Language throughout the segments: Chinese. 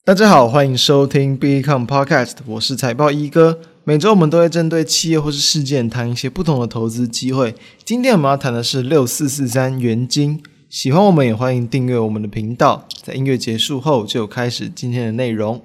大家好，欢迎收听 Become Podcast， 我是财报一哥。每周我们都会针对企业或是事件谈一些不同的投资机会。今天我们要谈的是6443元晶。喜欢我们也欢迎订阅我们的频道。在音乐结束后就开始今天的内容。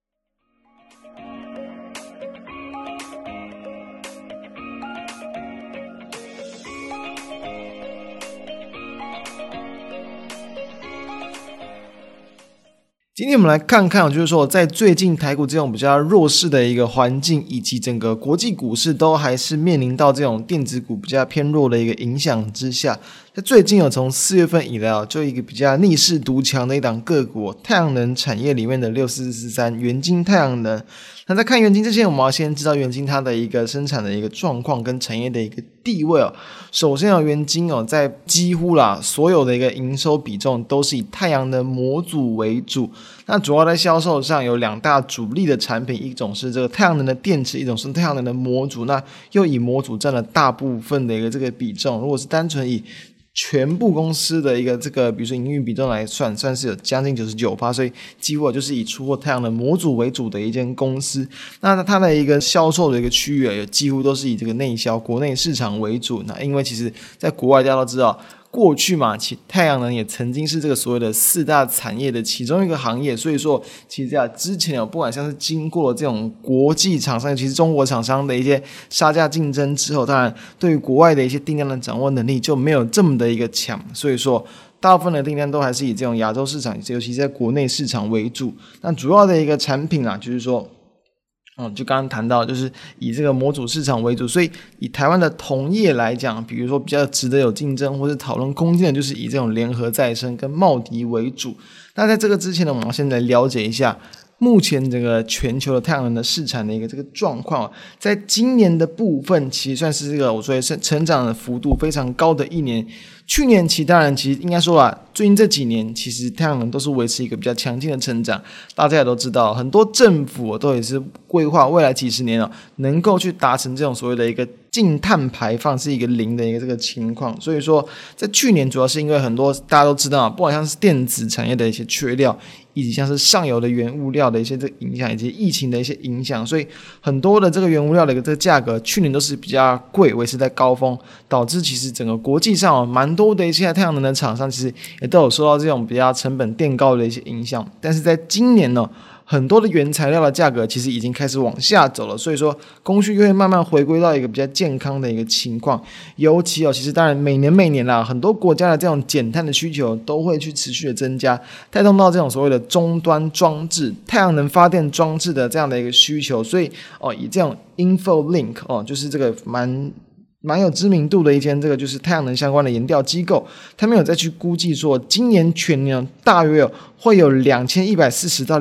今天我们来看看，就是说在最近台股这种比较弱势的一个环境，以及整个国际股市都还是面临到这种电子股比较偏弱的一个影响之下，在最近从4月份以来就一个比较逆势独强的一档个股，太阳能产业里面的6443元晶太阳能。那在看元晶之前，我们要先知道元晶它的一个生产的一个状况跟产业的一个地位首先元晶在几乎所有的一个营收比重都是以太阳能模组为主。那主要在销售上有两大主力的产品，一种是这个太阳能的电池，一种是太阳能的模组。那又以模组占了大部分的一个这个比重。如果是单纯以全部公司的一个这个比如说营运比重来算是有将近 99%， 所以几乎就是以出货太阳能模组为主的一间公司。那它的一个销售的一个区域也几乎都是以这个内销国内市场为主。那因为其实在国外大家都知道，过去太阳能也曾经是这个所谓的4大产业的其中一个行业，所以说其实之前不管像是经过这种国际厂商，尤其是中国厂商的一些杀价竞争之后，当然对于国外的一些订单的掌握能力就没有这么的一个强，所以说大部分的订单都还是以这种亚洲市场，尤其是在国内市场为主。那主要的一个产品就是说就刚刚谈到，就是以这个模组市场为主，所以以台湾的同业来讲，比如说比较值得有竞争或是讨论空间的，就是以这种联合再生跟茂迪为主。那在这个之前呢，我们要先来了解一下目前这个全球的太阳能的市场的一个这个状况。在今年的部分，其实算是这个我说成长的幅度非常高的一年。去年当然其实应该说最近这几年其实太阳能都是维持一个比较强劲的成长。大家也都知道，很多政府都也是规划未来几十年能够去达成这种所谓的一个净碳排放是一个0的一个这个情况。所以说在去年主要是因为很多大家都知道，不管像是电子产业的一些缺料，以及像是上游的原物料的一些这个影响，以及疫情的一些影响，所以很多的这个原物料的一个这个价格去年都是比较贵，维持在高峰，导致其实整个国际上蛮多的一些太阳能的厂商其实也都有受到这种比较成本垫高的一些影响。但是在今年很多的原材料的价格其实已经开始往下走了，所以说供需又会慢慢回归到一个比较健康的一个情况。尤其其实当然每年很多国家的这种减碳的需求都会去持续的增加，带动到这种所谓的终端装置太阳能发电装置的这样的一个需求。所以以这种 InfoLink 就是这个蛮有知名度的一间这个就是太阳能相关的研调机构，他们有再去估计说今年全年大约会有2140到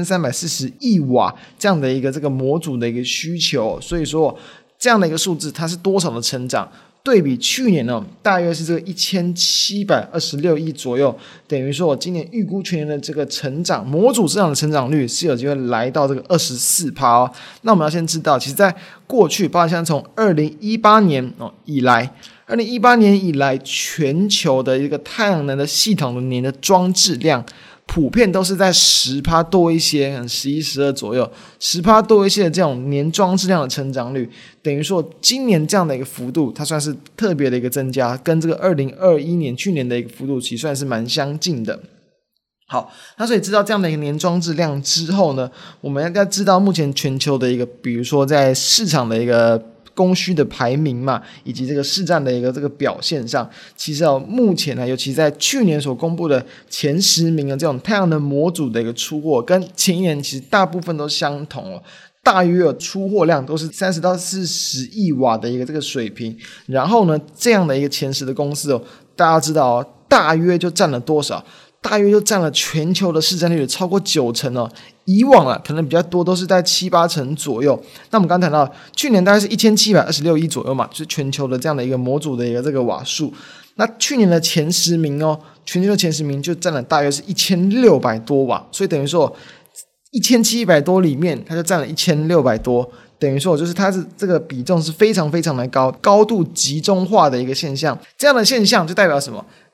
2340亿瓦这样的一个这个模组的一个需求。所以说这样的一个数字它是多少的成长，对比去年大约是这个1726亿左右，等于说我今年预估全年的这个成长模组市场的成长率是有机会来到这个 24%。 那我们要先知道，其实在过去包括像从2018年以来全球的一个太阳能的系统的年的装置量普遍都是在 10% 多一些，11、12左右 10% 多一些的这种年装置量的成长率，等于说今年这样的一个幅度它算是特别的一个增加，跟这个2021年去年的一个幅度其实算是蛮相近的。好，那所以知道这样的一个年装置量之后呢，我们应该知道目前全球的一个比如说在市场的一个供需的排名嘛，以及这个市占的一个这个表现上，其实目前尤其在去年所公布的前10名的这种太阳能模组的一个出货，跟前一年其实大部分都相同大约出货量都是30到40亿瓦的一个这个水平。然后呢，这样的一个前10的公司大家知道大约就占了多少？大约就占了全球的市占率超过90%以往可能比较多都是在7-8成左右。那我们刚谈到去年大概是1726亿左右嘛，就是全球的这样的一个模组的一个这个瓦数。那去年的前10名全球的前10名就占了大约是1600多瓦，所以等于说1700多里面它就占了1600多，等于说就是它是这个比重是非常非常的高，高度集中化的一个现象。这样的现象就代表什么？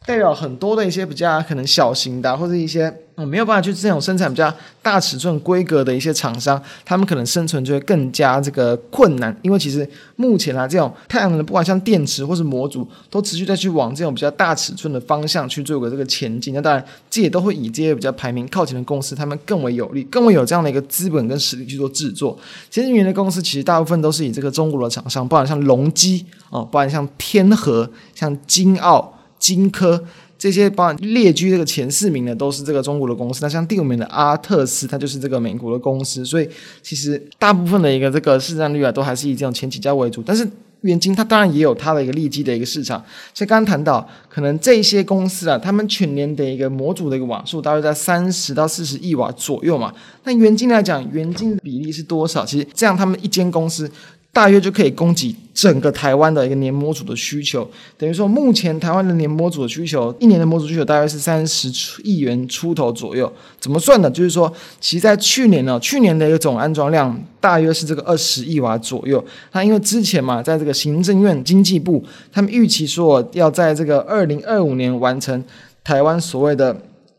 代表很多的一些比较可能小型的或者一些没有办法去这种生产比较大尺寸规格的一些厂商，他们可能生存就会更加这个困难，因为其实目前这种太阳能的不管像电池或是模组都持续在去往这种比较大尺寸的方向去做个这个前进。那当然这也都会以这些比较排名靠前的公司他们更为有利，更为有这样的一个资本跟实力去做制作。先进元的公司其实大部分都是以这个中国的厂商，包含像隆基包含像天合、像金澳、金科这些，包含列居这个前4名的都是这个中国的公司。那像第5名的阿特斯，它就是这个美国的公司。所以其实大部分的一个这个市占率都还是以这种前几家为主。但是元晶它当然也有它的一个利基的一个市场，所以刚刚谈到可能这些公司他们全年的一个模组的一个瓦数大约在30到40亿瓦左右嘛。那元晶来讲，元晶的比例是多少？其实这样他们一间公司大约就可以供给整个台湾的一个年模组的需求。等于说目前台湾的年模组的需求，一年的模组需求大约是30亿元出头左右。怎么算呢？就是说其实在去年的一个总安装量大约是这个20亿瓦左右。那因为之前嘛，在这个行政院经济部他们预期说要在这个2025年完成台湾所谓的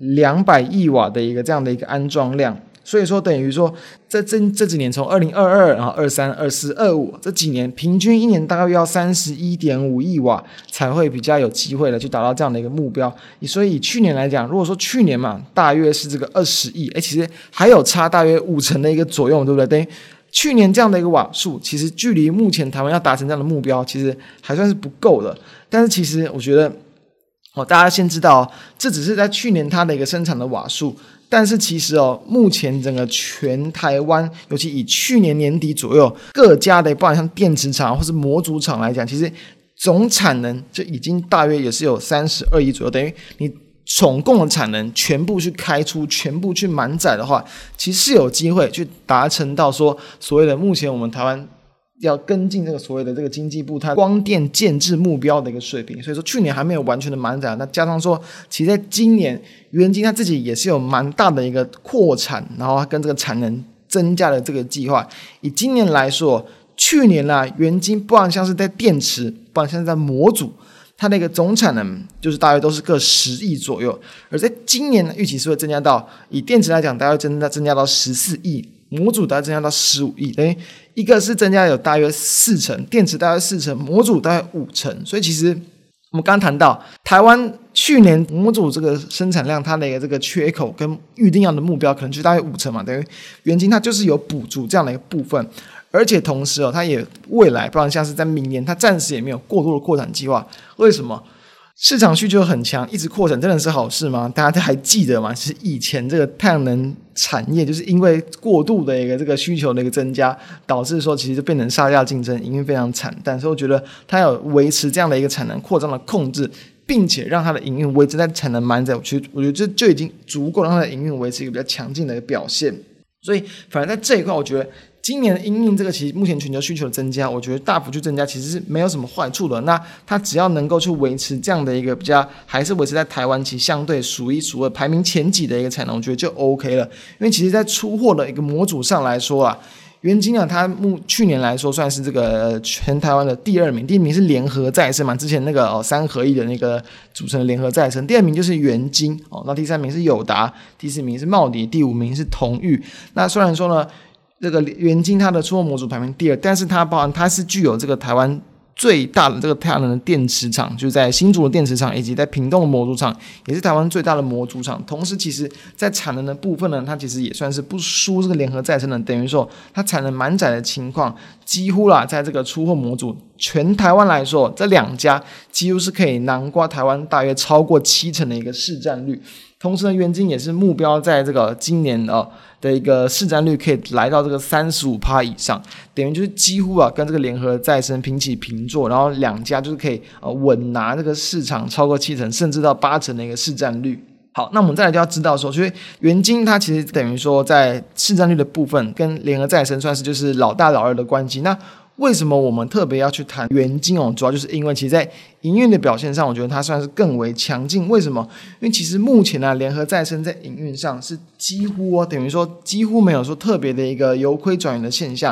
200亿瓦的一个这样的一个安装量，所以说等于说这几年从2022然后23、24、25这几年平均一年大概要31.5亿瓦才会比较有机会的去达到这样的一个目标。所以去年来讲，如果说去年嘛大约是这个20亿，其实还有差大约50%的一个左右，对不对？等于去年这样的一个瓦数，其实距离目前台湾要达成这样的目标其实还算是不够的。但是其实我觉得大家先知道这只是在去年它的一个生产的瓦数，但是其实目前整个全台湾，尤其以去年年底左右各家的不管像电池厂或是模组厂来讲，其实总产能就已经大约也是有32亿左右。等于你总共的产能全部去开出，全部去满载的话，其实是有机会去达成到说所谓的目前我们台湾要跟进这个所谓的这个经济部它光电建制目标的一个水平。所以说去年还没有完全的满载，那加上说其实在今年元晶它自己也是有蛮大的一个扩产，然后跟这个产能增加的这个计划。以今年来说，去年元晶不管像是在电池，不管像是在模组，它的一个总产能就是大约都是各10亿左右。而在今年预期是会增加到，以电池来讲大约增加到14亿，模组大概增加到15亿，等于一个是增加有大约40%，电池大约40%，模组大约50%。所以其实我们刚刚谈到台湾去年模组这个生产量它的一个这个缺口跟预定要的目标可能就大约50%嘛，等于元晶它就是有补足这样的一个部分。而且同时它也未来不然像是在明年它暂时也没有过多的扩产计划。为什么？市场需求很强，一直扩展真的是好事吗？大家还记得吗？其实以前这个太阳能产业就是因为过度的一个这个需求的一个增加，导致说其实就变成杀价竞争，营运非常惨淡。所以我觉得它有维持这样的一个产能扩张的控制，并且让它的营运维持在产能满载，我觉得这就已经足够让它的营运维持一个比较强劲的一个表现。所以反而在这一块，我觉得今年因应这个其实目前全球需求的增加，我觉得大幅去增加其实是没有什么坏处的。那它只要能够去维持这样的一个比较，还是维持在台湾其实相对数一数二排名前几的一个产能，我觉得就 OK 了。因为其实在出货的一个模组上来说元晶它去年来说算是这个全台湾的第2名，第1名是联合再生嘛，之前那个3合1的那个组成的联合再生，第2名就是元晶那第3名是友达，第4名是茂迪，第5名是同钰。那虽然说呢这个元晶它的出货模组排名第2，但是它包含它是具有这个台湾最大的这个太阳能的电池厂，就是在新竹的电池厂以及在屏东的模组厂，也是台湾最大的模组厂。同时其实在产能的部分呢，它其实也算是不输这个联合再生的，等于说它产能满载的情况几乎在这个出货模组全台湾来说，这2家几乎是可以囊括台湾大约超过70%的一个市占率。同时呢，元晶也是目标在这个今年的一个市占率可以来到这个35%以上，等于就是几乎跟这个联合再生平起平坐，然后2家就是可以稳拿这个市场超过70%甚至到80%的一个市占率。好，那我们再来就要知道说，就是元晶它其实等于说在市占率的部分跟联合再生算是就是老大老二的关系。那为什么我们特别要去谈元晶主要就是因为其实在营运的表现上，我觉得它算是更为强劲。为什么？因为其实目前联合再生在营运上是几乎等于说几乎没有说特别的一个由亏转盈的现象。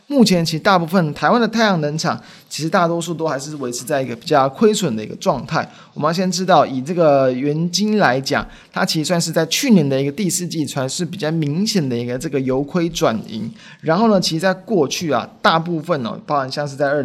目前其实大部分台湾的太阳能厂，其实大多数都还是维持在一个比较亏损的一个状态。我们要先知道，以这个元晶来讲，它其实算是在去年的一个第4季算是比较明显的一个这个由亏转盈。然后呢，其实在过去啊，大部分包含像是在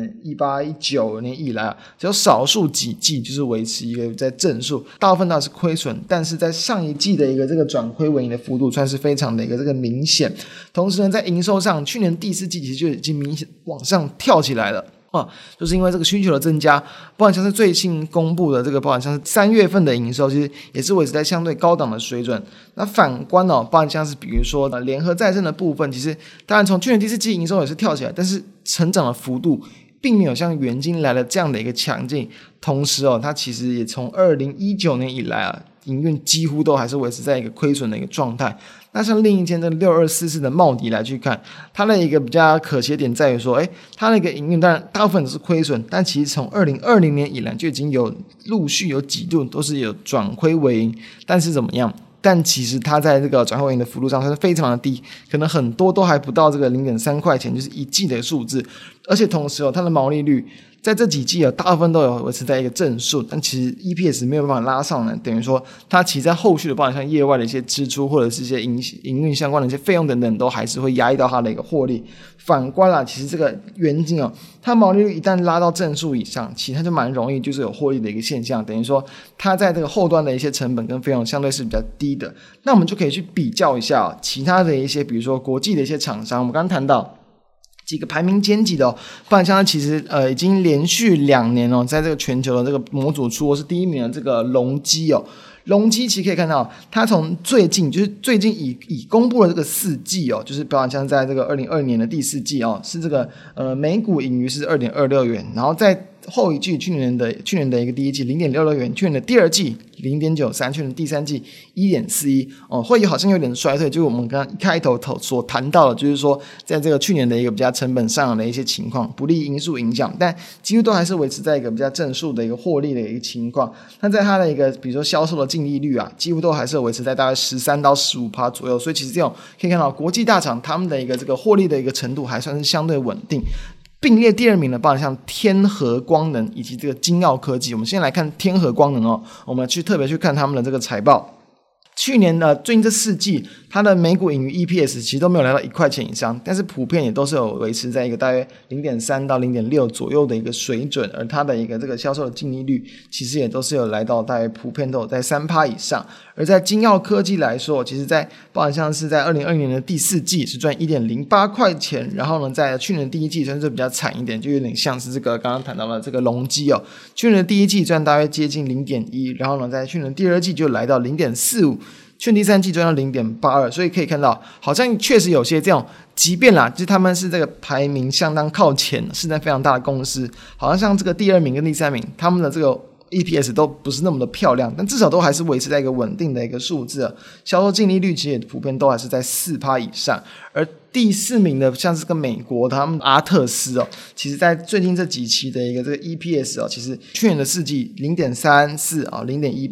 2018、19年以来只有少数几季就是维持一个在正数，大部分倒是亏损，但是在上一季的一个这个转亏为盈的幅度算是非常的一个这个明显。同时呢，在营收上，去年第4季其实就已经明显往上跳起来了。就是因为这个需求的增加，包含像是最新公布的这个，包含像是3月份的营收，其实也是维持在相对高档的水准。那反观包含像是比如说联合再生的部分，其实当然从去年第4季营收也是跳起来，但是成长的幅度并没有像元晶来的这样的一个强劲。同时它其实也从2019年以来营运几乎都还是维持在一个亏损的一个状态。那像另一间的6244的茂迪来去看，它的一个比较可惜的点在于说，它的一个营运当然大部分都是亏损，但其实从2020年以来就已经有陆续有几度都是有转亏为盈，但是怎么样？但其实它在这个转亏为盈的幅度上是非常的低，可能很多都还不到这个 0.3 块钱，就是1季的数字。而且同时它的毛利率在这几季大部分都有维持在一个正数，但其实 EPS 没有办法拉上来，等于说它其实在后续的包含像业外的一些支出或者是一些营运相关的一些费用等等，都还是会压抑到它的一个获利。反观其实这个元晶它毛利率一旦拉到正数以上，其实它就蛮容易就是有获利的一个现象，等于说它在这个后端的一些成本跟费用相对是比较低的。那我们就可以去比较一下其他的一些比如说国际的一些厂商，我们刚刚谈到几个排名前几的包含像它其实已经连续2年在这个全球的这个模组出货是第1名的这个隆基隆基其实可以看到，它从最近已公布了这个4季就是包含像在这个2020年的第4季是这个每股盈余是 2.26 元，然后在后一季去年的一个第1季 0.66 元，去年的第2季 0.93， 去年第3季 1.41 会好像有点衰退，就是我们刚刚一开头所谈到的，就是说在这个去年的一个比较成本上的一些情况不利因素影响，但几乎都还是维持在一个比较正数的一个获利的一个情况。那在它的一个比如说销售的净利率几乎都还是维持在大概13%到15% 左右，所以其实这种可以看到国际大厂他们的一个这个获利的一个程度还算是相对稳定。并列第2名的包含像天合光能以及这个金奥科技。我们先来看天合光能我们特别去看他们的这个财报。去年最近这4季它的每股盈余 EPS 其实都没有来到1块钱以上，但是普遍也都是有维持在一个大约 0.3 到 0.6 左右的一个水准，而它的一个这个销售的净利率其实也都是有来到大约普遍都有在 3% 以上。而在金奥科技来说，其实在包含像是在2020年的第4季是赚 1.08 块钱，然后呢在去年的第1季算是比较惨一点，就有点像是这个刚刚谈到的这个隆基去年的第1季赚大约接近 0.1， 然后呢在去年的第2季就来到 0.45，去年第3季赚到 0.82， 所以可以看到好像确实有些这种即便就是他们是这个排名相当靠前市占非常大的公司，好像这个第2名跟第3名他们的这个EPS 都不是那么的漂亮，但至少都还是维持在一个稳定的一个数字销售净利率其实也普遍都还是在 4% 以上。而第4名的像是个美国他们阿特斯其实在最近这几期的一个这个 EPS 其实去年的4季 0.34 0.18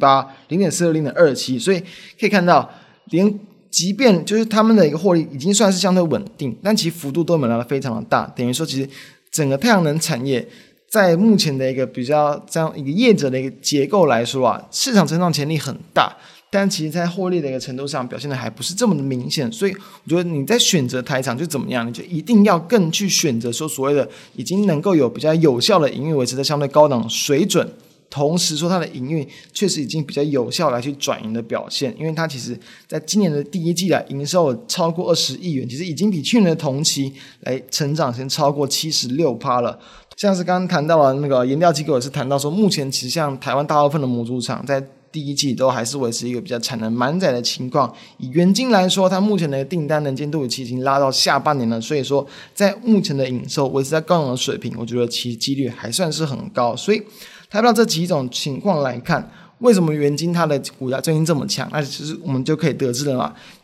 0.46 0.27， 所以可以看到即便就是他们的一个获利已经算是相对稳定，但其实幅度都没有来得非常的大，等于说其实整个太阳能产业在目前的一个比较这样一个业者的一个结构来说市场成长潜力很大，但其实在获利的一个程度上表现的还不是这么的明显。所以我觉得你在选择台厂就怎么样，你就一定要更去选择说所谓的已经能够有比较有效的营运维持在相对高档水准，同时说它的营运确实已经比较有效来去转盈的表现，因为它其实在今年的第1季来营收超过20亿元，其实已经比去年的同期来成长先超过 76% 了。像是刚刚谈到了那个研调机构也是谈到说，目前其实像台湾大部分的模组厂在第1季都还是维持一个比较产能满载的情况。以元晶来说，它目前的订单能见度其实已经拉到下半年了，所以说在目前的营收维持在高档的水平，我觉得其实几率还算是很高。所以谈到这几种情况来看，为什么元晶它的股价最近这么强？那其实我们就可以得知了嘛。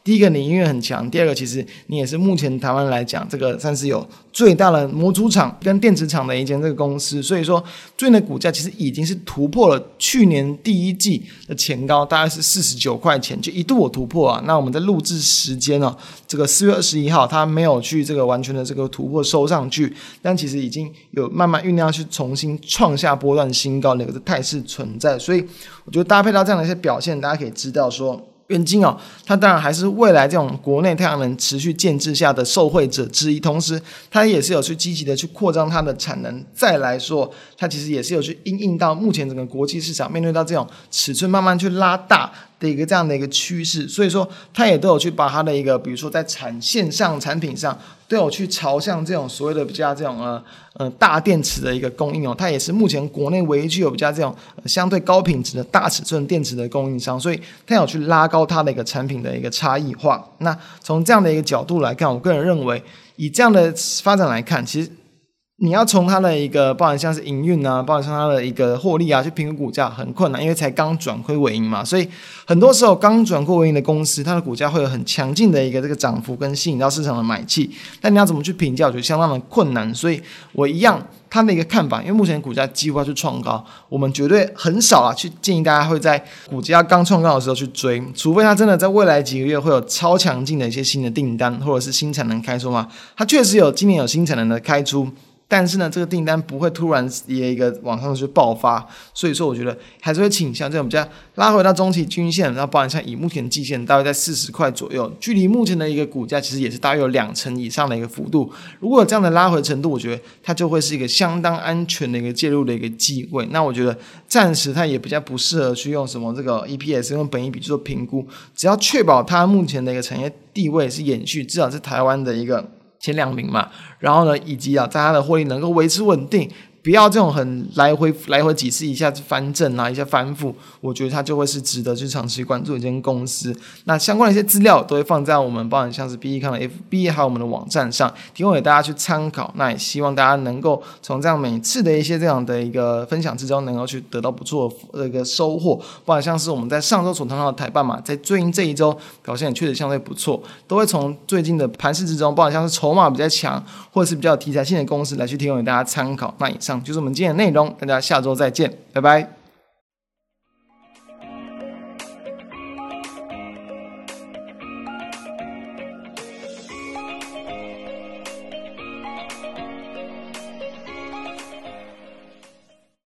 第一个你音乐很强，第二个其实你也是目前台湾来讲这个算是有最大的模组厂跟电池厂的一间这个公司，所以说最近的股价其实已经是突破了去年第一季的前高，大概是49块钱，就一度有突破啊。那我们在录制时间呢，这个4月21号它没有去这个完全的这个突破收上去，但其实已经有慢慢酝酿去重新创下波段新高的一个态势存在，所以我觉得搭配到这样的一些表现，大家可以知道说元晶它当然还是未来这种国内太阳能持续建制下的受惠者之一，同时它也是有去积极的去扩张它的产能，再来说它其实也是有去因应到目前整个国际市场面对到这种尺寸慢慢去拉大的一个这样的一个趋势，所以说它也都有去把它的一个比如说在产线上产品上都有去朝向这种所谓的比较这种大电池的一个供应它也是目前国内唯一具有比较这种相对高品质的大尺寸电池的供应商，所以它有去拉高它的一个产品的一个差异化。那从这样的一个角度来看，我个人认为以这样的发展来看，其实你要从它的一个包含像是营运啊，包含像它的一个获利啊去评估股价很困难，因为才刚转亏为盈嘛，所以很多时候刚转亏为盈的公司，它的股价会有很强劲的一个这个涨幅跟吸引到市场的买气，但你要怎么去评价，我觉得相当的困难。所以我一样他的一个看法，因为目前股价几乎要去创高，我们绝对很少去建议大家会在股价刚创高的时候去追，除非它真的在未来几个月会有超强劲的一些新的订单或者是新产能开出嘛，它确实有今年有新产能的开出，但是呢，这个订单不会突然一个往上去爆发，所以说我觉得还是会倾向这种比较拉回到中期均线，然后包含像以目前季线大约在40块左右，距离目前的一个股价其实也是大约有2成以上的一个幅度。如果有这样的拉回程度，我觉得它就会是一个相当安全的一个介入的一个机会。那我觉得暂时它也比较不适合去用什么这个 EPS 用本益比去做评估，只要确保它目前的一个产业地位是延续，至少是台湾的一个前2名嘛，然后呢，以及在它的获利能够维持稳定，不要这种很来回几次一下子翻正啊，一下翻覆，我觉得它就会是值得去长期关注的一间公司。那相关的一些资料都会放在我们包含像是 BE 康的 FB 还有我们的网站上，提供给大家去参考。那也希望大家能够从这样每次的一些这样的一个分享之中，能够去得到不错的一个收获。包含像是我们在上周所谈到的台半嘛，在最近这一周表现也确实相对不错，都会从最近的盘势之中，包含像是筹码比较强或者是比较有题材性的公司来去提供给大家参考。那以上就是我们今天的内容，大家下周再见，拜拜。